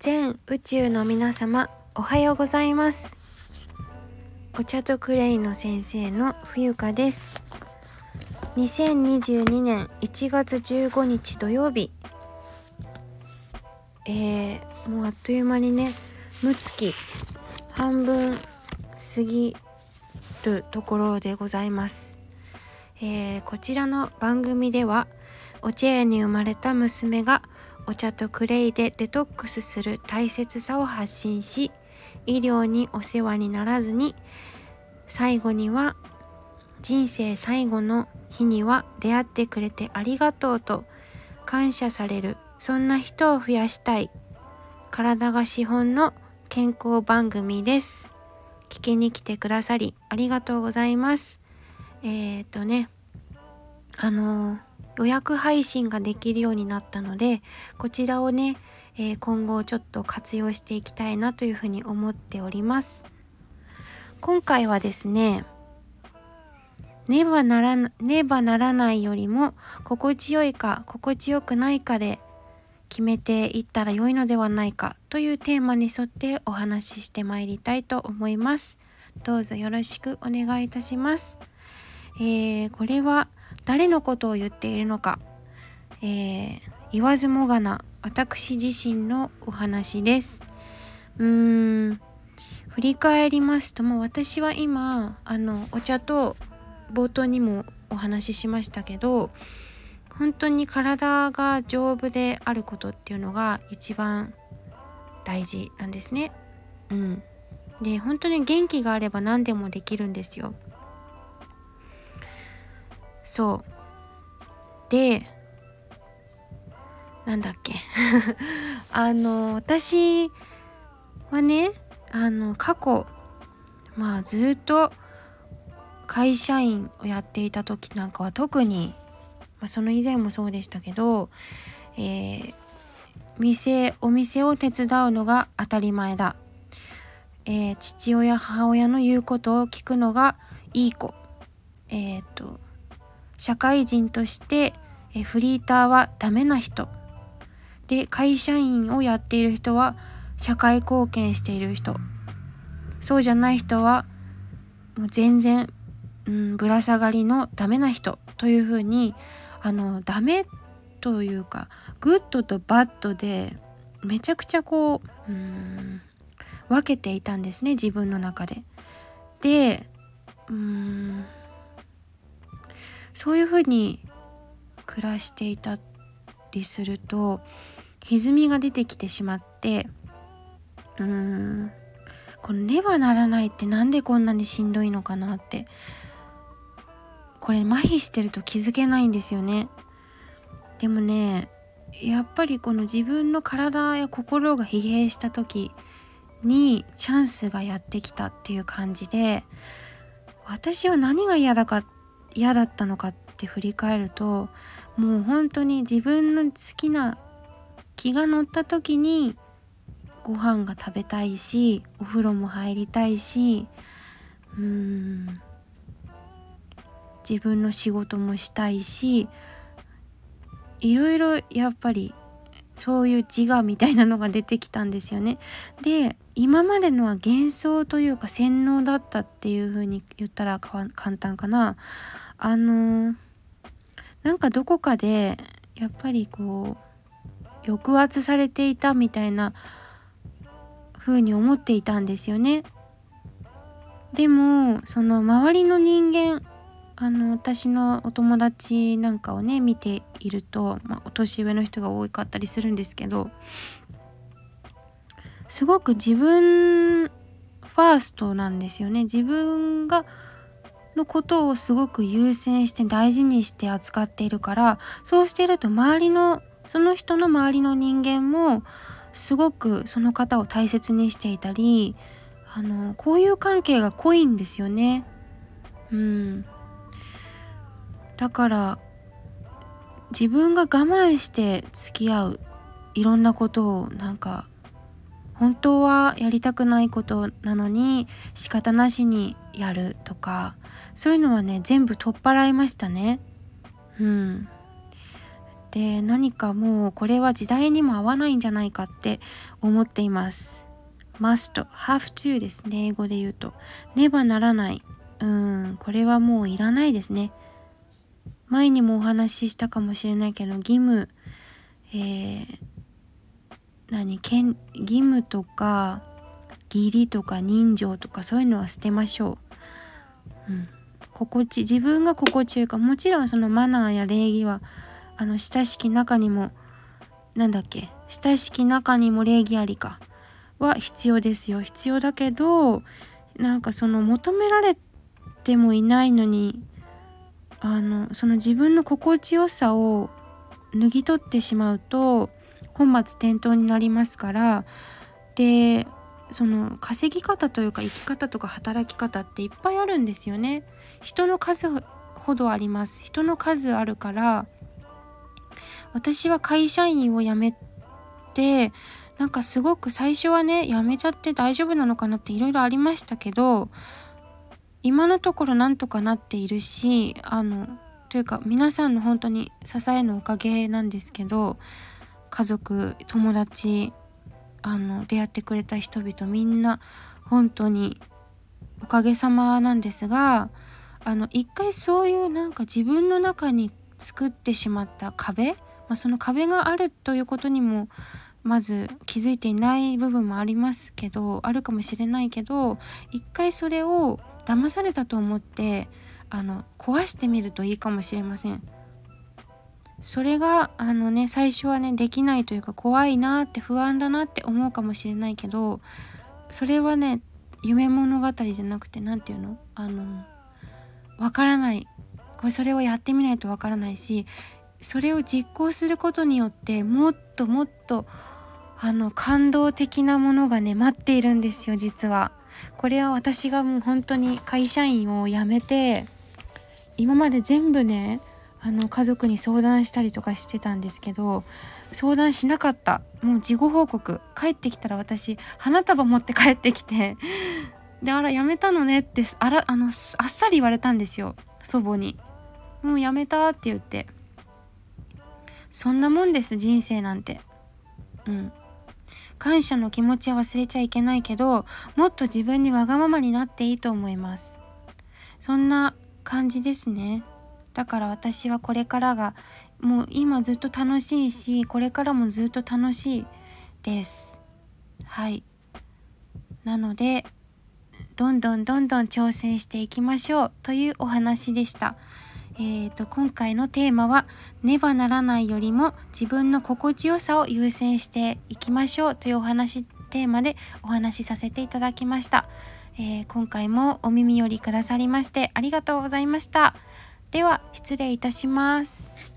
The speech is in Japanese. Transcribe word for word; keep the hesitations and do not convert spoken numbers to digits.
全宇宙の皆様、おはようございます。お茶とクレイの先生の冬香です。にせんにじゅうにねんいちがつじゅうごにち土曜日、えー、もうあっという間にね、むつき半分過ぎるところでございます。えー、こちらの番組では、お茶屋に生まれた娘がお茶とクレイでデトックスする大切さを発信し、医療にお世話にならずに、最後には人生最後の日には出会ってくれてありがとうと感謝される、そんな人を増やしたい、体が資本の健康番組です。聞きに来てくださりありがとうございます。えー、っとねあのー予約配信ができるようになったので、こちらをね、えー、今後ちょっと活用していきたいなというふうに思っております。今回はですね、ねばならな、ねばならないよりも心地よいか心地よくないかで決めていったら良いのではないかというテーマに沿ってお話ししてまいりたいと思います。どうぞよろしくお願いいたします。えー、これは誰のことを言っているのか、えー、言わずもがな私自身のお話です。うーん振り返りますと、もう私は今あのお茶と冒頭にもお話ししましたけど、本当に体が丈夫であることっていうのが一番大事なんですね。うんで本当に元気があれば何でもできるんですよ。そうでなんだっけあの私はね、あの過去まあずっと会社員をやっていた時なんかは特に、まあ、その以前もそうでしたけど、えー、店お店を手伝うのが当たり前だ、えー、父親母親の言うことを聞くのがいい子、えー、と社会人として、えー、フリーターはダメな人で、会社員をやっている人は社会貢献している人、そうじゃない人はもう全然、うん、ぶら下がりのダメな人というふうに、あのダメというかグッドとバッドでめちゃくちゃこう、うん、分けていたんですね、自分の中で。で、うーんそういうふうに暮らしていたりすると歪みが出てきてしまって、うーんこのねばならないってなんでこんなにしんどいのかなって、これ麻痺してると気づけないんですよね。でもね、やっぱりこの自分の体や心が疲弊した時にチャンスがやってきたっていう感じで、私は何が嫌だか嫌だったのかって振り返ると、もう本当に自分の好きな気が乗った時にご飯が食べたいし、お風呂も入りたいし、うーん自分の仕事もしたいし、いろいろやっぱりそういう自我みたいなのが出てきたんですよね。で、今までのは幻想というか洗脳だったっていう風に言ったら簡単かな。あのー、なんかどこかでやっぱりこう抑圧されていたみたいな風に思っていたんですよね。でもその周りの人間、あの私のお友達なんかをね見ていると、まあ、お年上の人が多かったりするんですけど、すごく自分ファーストなんですよね。自分がのことをすごく優先して大事にして扱っているから、そうしていると周りのその人の周りの人間もすごくその方を大切にしていたり、あのこういう関係が濃いんですよね。うんだから自分が我慢して付き合ういろんなことを、なんか本当はやりたくないことなのに仕方なしにやるとか、そういうのはね全部取っ払いましたね。うんで、何かもうこれは時代にも合わないんじゃないかって思っています。must、have to ですね、英語で言うと。ねばならない。うん、これはもういらないですね。前にもお話ししたかもしれないけど、義務、えー、何、義務とか、義理とか人情とかそういうのは捨てましょう。うん、心地、自分が心地よいか、もちろんそのマナーや礼儀は、あの、親しき中にも、なんだっけ、親しき中にも礼儀ありか、は必要ですよ。必要だけど、なんかその求められてもいないのに、あの、その自分の心地よさを脱ぎ取ってしまうと、本末転倒になりますから、で、その稼ぎ方というか生き方とか働き方っていっぱいあるんですよね。人の数ほどあります。人の数あるから、私は会社員を辞めて、なんかすごく最初はね、辞めちゃって大丈夫なのかなっていろいろありましたけど、今のところなんとかなっているし、あのというか皆さんの本当に支えのおかげなんですけど、家族、友達、あの出会ってくれた人々みんな本当におかげさまなんですが、あの一回そういうなんか自分の中に作ってしまった壁、まあ、その壁があるということにもまず気づいていない部分もありますけど、あるかもしれないけど、一回それを騙されたと思ってあの壊してみるといいかもしれません。それがあのね、最初はねできないというか怖いなって不安だなって思うかもしれないけど、それはね夢物語じゃなくて、なんていうの、あのわからない、これそれをやってみないとわからないし、それを実行することによってもっともっとあの感動的なものがね待っているんですよ。実はこれは私がもう本当に会社員を辞めて、今まで全部ねあの家族に相談したりとかしてたんですけど、相談しなかった。もう事後報告、帰ってきたら私花束持って帰ってきてで、あら辞めたのねってあらあのあっさり言われたんですよ、祖母に。もう辞めたって言って。そんなもんです、人生なんて。うん、感謝の気持ちは忘れちゃいけないけど、もっと自分にわがままになっていいと思います。そんな感じですね。だから私はこれからがもう今ずっと楽しいし、これからもずっと楽しいです。はい。なのでどんどんどんどん挑戦していきましょうというお話でした。えーと、今回のテーマはねばならないよりも自分の心地よさを優先していきましょうというお話テーマでお話しさせていただきました。えー、今回もお耳寄りくださりましてありがとうございました。では失礼いたします。